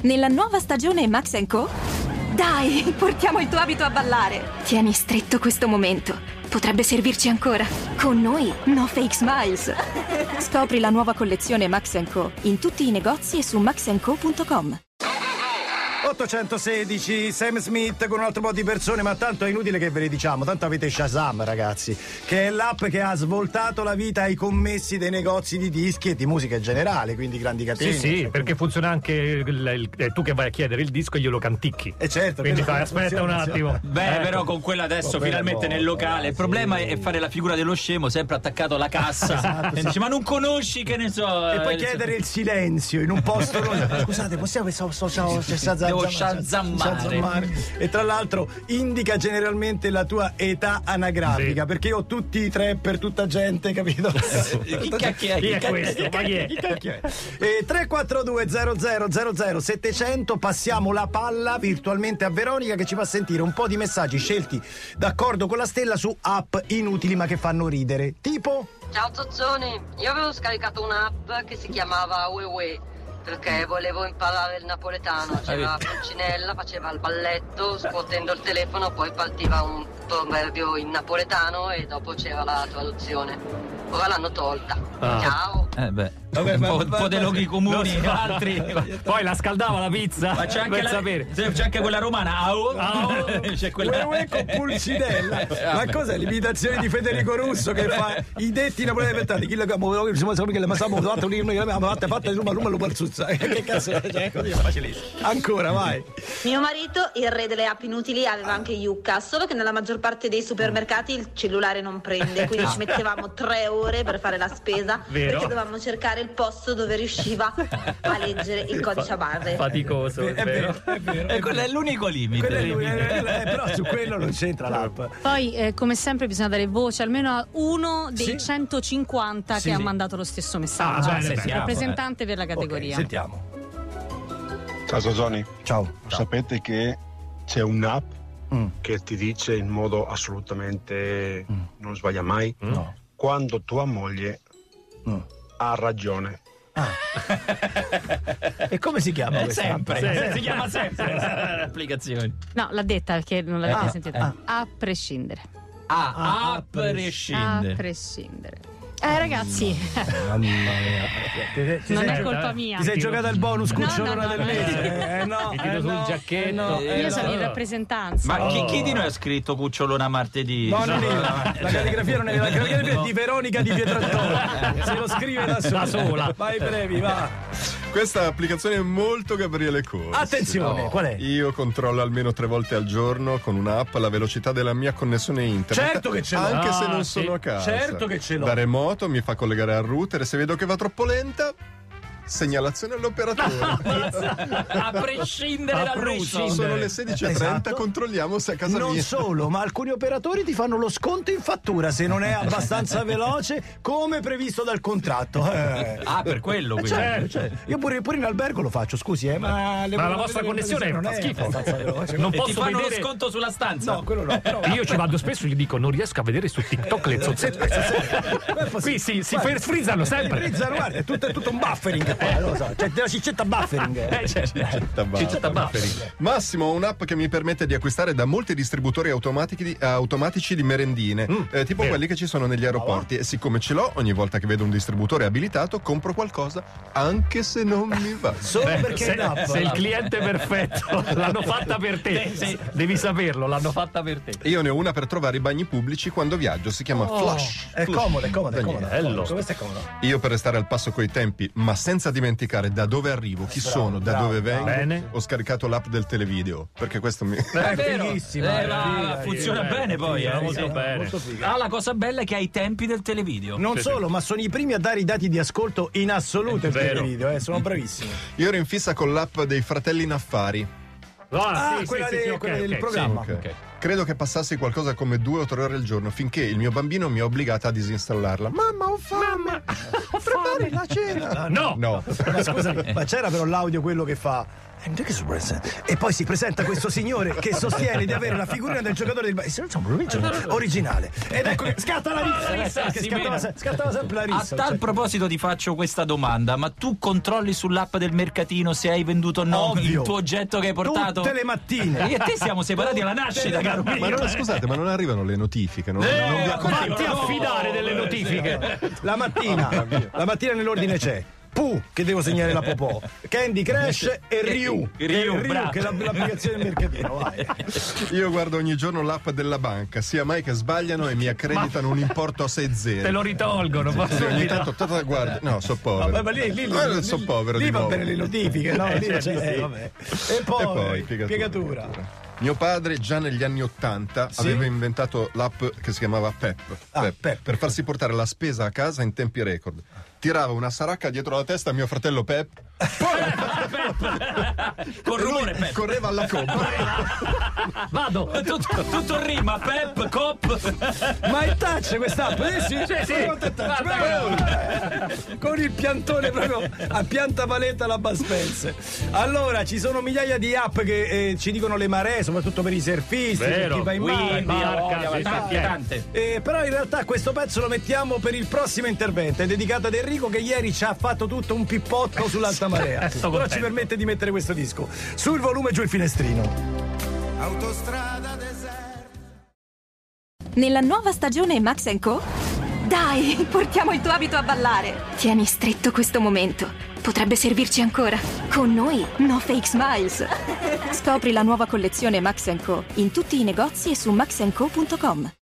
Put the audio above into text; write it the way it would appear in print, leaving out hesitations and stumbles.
Nella nuova stagione Max & Co? Dai, portiamo il tuo abito a ballare. Tieni stretto questo momento. Potrebbe servirci ancora. Con noi, no fake smiles. Scopri la nuova collezione Max & Co in tutti i negozi e su maxandco.com. 816 Sam Smith con un altro po' di persone, ma tanto è inutile che ve le diciamo, tanto avete Shazam, ragazzi, che è l'app che ha svoltato la vita ai commessi dei negozi di dischi e di musica in generale, quindi grandi catene. Sì, perché funziona anche tu che vai a chiedere il disco glielo canticchi. Certo. Quindi fai, aspetta un attimo. Beh, però con quella adesso finalmente nel locale. Il problema è fare la figura dello scemo sempre attaccato alla cassa. Esatto, e dice, ma non conosci, che ne so. E poi chiedere il silenzio in un posto. Scusate, possiamo devo sciazammare. E tra l'altro indica generalmente la tua età anagrafica, perché io ho tutti i tre per tutta gente, capito? Chi cacchio è questo? Ma chi è? 342 00 700. Passiamo la palla virtualmente a Veronica, che ci fa sentire un po' di messaggi scelti d'accordo con la stella su app inutili ma che fanno ridere. Tipo: ciao Zozzoni, io avevo scaricato un'app che si chiamava Uewe perché volevo imparare il napoletano. C'era Pulcinella, faceva il balletto scuotendo il telefono, poi partiva un proverbio in napoletano e dopo c'era la traduzione. Ora l'hanno tolta. Ciao. Un po' dei luoghi comuni, altri. Poi la scaldava la pizza. Ma c'è anche quella romana. C'è quella con Pulcinella. Ma cos'è l'imitazione di Federico Russo che fa i detti napoletani? Che cazzo è? Così è facilissimo. Ancora, vai. Mio marito, il re delle app inutili, aveva anche Yucca, solo che nella maggior parte dei supermercati il cellulare non prende, quindi ci mettevamo 3 ore per fare la spesa. Vero? Perché dovevamo cercare il posto dove riusciva a leggere il codice a barre. Faticoso, è vero. E quello è l'unico limite. Però su quello non c'entra l'app. Poi, come sempre, bisogna dare voce almeno a uno dei 150 che ha mandato lo stesso messaggio. Rappresentante per la categoria. Okay, sentiamo. Ciao Zozzoni. Ciao. Sapete che c'è un'app che ti dice in modo assolutamente non sbaglia mai quando tua moglie ha ragione. E come si chiama questa sempre? Si chiama sempre l'applicazione. No, l'ha detta perché non l'avete sentita. A prescindere. A prescindere. A prescindere. Ragazzi, Mamma mia. non è colpa mia. Ti sei giocata il bonus cucciolona del mese? Ti tiro sul giacchetto. Io sono in rappresentanza. Ma chi di noi ha scritto cucciolona martedì? No, non io. La calligrafia non è la calligrafia di Veronica di Pietrantone. Se lo scrive da sola. Vai brevi, va. Questa applicazione è molto Gabriele Corsi. Attenzione, qual è? Io controllo almeno 3 volte al giorno con un'app la velocità della mia connessione internet. Certo che ce l'ho. Anche se non sono a casa. Certo che ce l'ho. Da remoto mi fa collegare al router e se vedo che va troppo lenta, segnalazione all'operatore. A prescindere dal russo. Sono le 16:30, Esatto. Controlliamo se a casa non mia. solo, ma alcuni operatori ti fanno lo sconto in fattura se non è abbastanza veloce come previsto dal contratto. Per quello quindi. Certo. Io pure in albergo lo faccio, scusi, ma la vostra connessione non fa è schifo. abbastanza veloce. Non E posso ti fanno vedere. lo sconto sulla stanza? No, quello no. Però... Io ci vado spesso e gli dico non riesco a vedere su TikTok le zozzette. Qui si frizzano sempre. Frizzano, guarda, è tutto un buffering qua, lo so. C'è della ciccetta buffering. Ciccetta buffering. Massimo ho un'app che mi permette di acquistare da molti distributori automatici di merendine, tipo quelli che ci sono negli aeroporti, e siccome ce l'ho, ogni volta che vedo un distributore abilitato compro qualcosa anche se non mi va. Solo perché è l'app. Sei il cliente perfetto. L'hanno fatta per te. Devi saperlo, l'hanno fatta per te. Io ne ho una per trovare i bagni pubblici quando viaggio, si chiama Flush. È comodo. Bello. Questo è comodo. Io per restare al passo coi tempi, ma senza dimenticare da dove arrivo, chi sono, da dove vengo, Bene. ho scaricato l'app del televideo, perché questo mi... È vero. fighissimo. Funziona bene poi. Molto bene. Molto figa. La cosa bella è che ha i tempi del televideo. Non solo, ma sono i primi a dare i dati di ascolto in assoluto per vero. i video, sono bravissimi. Io ero in fissa con l'app dei Fratelli in Affari. Quella del programma. Ok. Credo che passassi qualcosa come 2 o 3 ore al giorno finché il mio bambino mi ha obbligata a disinstallarla. Mamma, ho fame! Prepari la cena! No! Ma scusami, ma c'era però l'audio quello che fa E poi si presenta questo signore che sostiene di avere la figurina del giocatore del originale. Ed ecco che scatta la rissa, perché scattava sempre la rissa. A tal proposito ti faccio questa domanda: ma tu controlli sull'app del mercatino se hai venduto o no il tuo oggetto che hai portato? Tutte le mattine. Io e te siamo separati alla nascita, caro mio. Ma non, scusate, ma non arrivano le notifiche? Non fatti affidare delle notifiche. La mattina nell'ordine c'è che devo segnare la popò, Candy Crush e Ryu che è l'applicazione del mercatino. Vai. Io guardo ogni giorno l'app della banca, sia mai che sbagliano e mi accreditano un importo a 6 te lo ritolgono. Ogni tanto guardi, no, so povero. Ma lì so povero lì di va nuovo. bene le notifiche, no? Vabbè. E poi piegatura. Mio padre già negli anni '80 aveva inventato l'app che si chiamava Pep, per farsi portare la spesa a casa in tempi record. Tirava una saracca dietro la testa a mio fratello Pep. Con rumore Pep. Correva alla coppa. Vado. Tutto rima, Pep, cop. Ma è touch quest'app? Sì. Con il piantone proprio a pianta paletta la Bud Spencer. Allora, ci sono migliaia di app che ci dicono le maree, soprattutto per i surfisti, per chi va in mare. Tante. Però in realtà questo pezzo lo mettiamo per il prossimo intervento. È dedicato ad Enrico, che ieri ci ha fatto tutto un pippotto sull'alta marea. Però ci permette di mettere questo disco. Sul volume, giù il finestrino. Autostrada deserta. Nella nuova stagione Max & Co? Dai, portiamo il tuo abito a ballare. Tieni stretto questo momento. Potrebbe servirci ancora. Con noi, no fake smiles. Scopri la nuova collezione Max & Co in tutti i negozi e su maxandco.com.